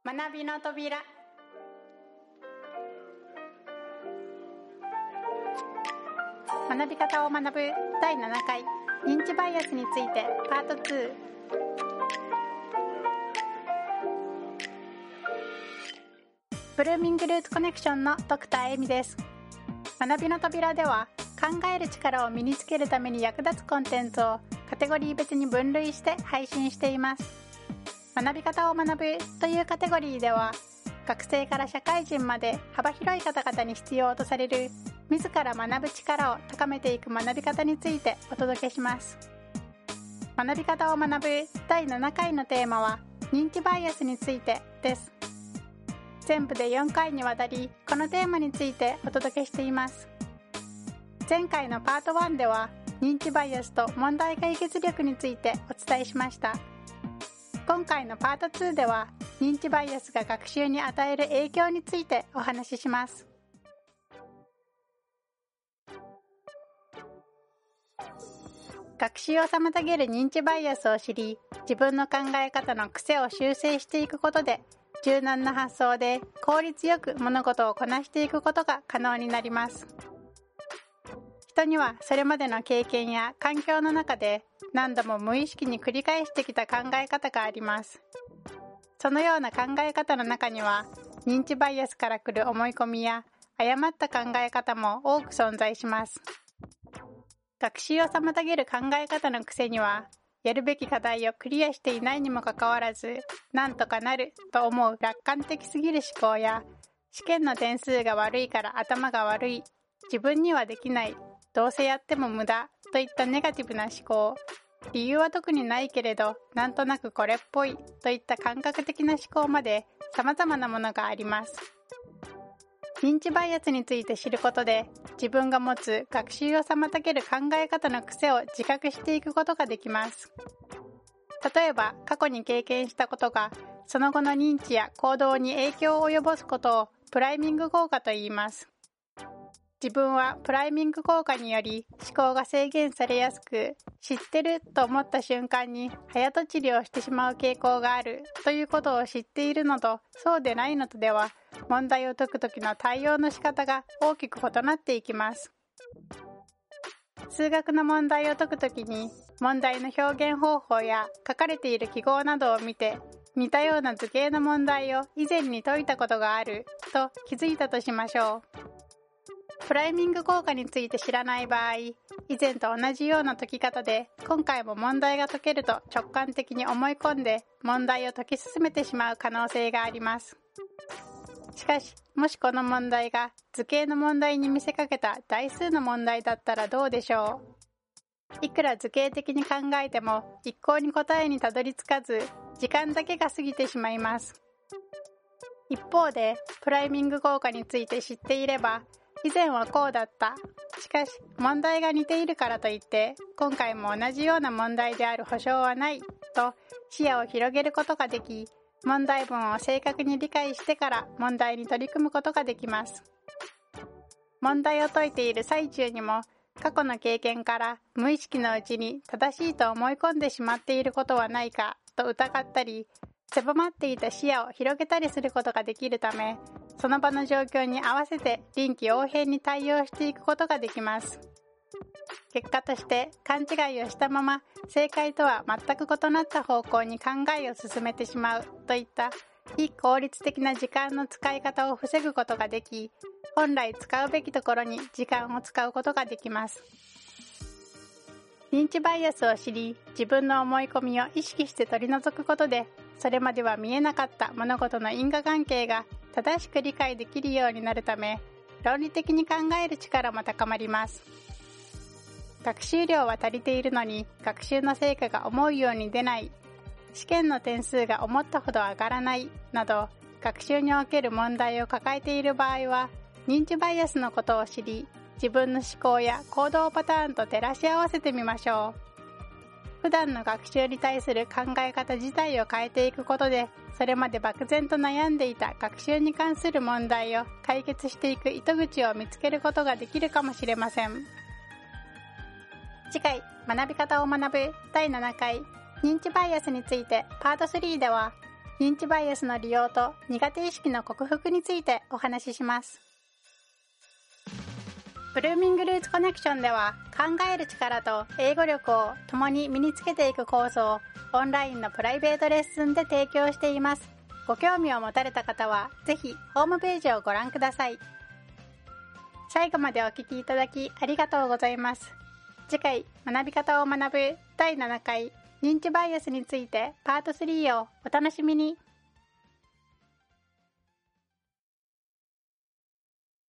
学びの扉。学び方を学ぶ第7回認知バイアスについてパート2。ブルーミングルーツコネクションのドクターエミです。学びの扉では考える力を身につけるために役立つコンテンツをカテゴリー別に分類して配信しています。学び方を学ぶというカテゴリーでは学生から社会人まで幅広い方々に必要とされる自ら学ぶ力を高めていく学び方についてお届けします。学び方を学ぶ第7回のテーマは認知バイアスについてです。全部で4回にわたりこのテーマについてお届けしています。前回のパート1では認知バイアスと問題解決力についてお伝えしました。今回のパート2では認知バイアスが学習に与える影響についてお話しします。学習を妨げる認知バイアスを知り、自分の考え方の癖を修正していくことで柔軟な発想で効率よく物事をこなしていくことが可能になります。人にはそれまでの経験や環境の中で何度も無意識に繰り返してきた考え方があります。そのような考え方の中には認知バイアスから来る思い込みや誤った考え方も多く存在します。学習を妨げる考え方の癖にはやるべき課題をクリアしていないにもかかわらずなんとかなると思う楽観的すぎる思考や試験の点数が悪いから頭が悪い、自分にはできない、どうせやっても無駄といったネガティブな思考、理由は特にないけれどなんとなくこれっぽいといった感覚的な思考まで様々なものがあります。認知バイアスについて知ることで自分が持つ学習を妨げる考え方の癖を自覚していくことができます。例えば過去に経験したことがその後の認知や行動に影響を及ぼすことをプライミング効果と言います。自分はプライミング効果により思考が制限されやすく、知ってると思った瞬間に早とちりをしてしまう傾向があるということを知っているのとそうでないのとでは問題を解く時の対応の仕方が大きく異なっていきます。数学の問題を解くときに問題の表現方法や書かれている記号などを見て似たような図形の問題を以前に解いたことがあると気づいたとしましょう。プライミング効果について知らない場合、以前と同じような解き方で今回も問題が解けると直感的に思い込んで問題を解き進めてしまう可能性があります。しかし、もしこの問題が図形の問題に見せかけた代数の問題だったらどうでしょう。いくら図形的に考えても一向に答えにたどり着かず、時間だけが過ぎてしまいます。一方で、プライミング効果について知っていれば、以前はこうだった。しかし、問題が似ているからといって、今回も同じような問題である保証はないと視野を広げることができ、問題文を正確に理解してから問題に取り組むことができます。問題を解いている最中にも、過去の経験から無意識のうちに正しいと思い込んでしまっていることはないかと疑ったり、狭まっていた視野を広げたりすることができるため、その場の状況に合わせて臨機応変に対応していくことができます。結果として勘違いをしたまま正解とは全く異なった方向に考えを進めてしまうといった非効率的な時間の使い方を防ぐことができ、本来使うべきところに時間を使うことができます。認知バイアスを知り、自分の思い込みを意識して取り除くことで、それまでは見えなかった物事の因果関係が正しく理解できるようになるため、論理的に考える力も高まります。学習量は足りているのに学習の成果が思うように出ない、試験の点数が思ったほど上がらないなど、学習における問題を抱えている場合は、認知バイアスのことを知り、自分の思考や行動パターンと照らし合わせてみましょう。普段の学習に対する考え方自体を変えていくことで、それまで漠然と悩んでいた学習に関する問題を解決していく糸口を見つけることができるかもしれません。次回、学び方を学ぶ第7回認知バイアスについてパート3では、 認知バイアスの利用と苦手意識の克服についてお話しします。ブルーミングルーツコネクションでは、考える力と英語力を共に身につけていくコースをオンラインのプライベートレッスンで提供しています。ご興味を持たれた方はぜひホームページをご覧ください。最後までお聞きいただきありがとうございます。次回、学び方を学ぶ第7回認知バイアスについてパート3をお楽しみに。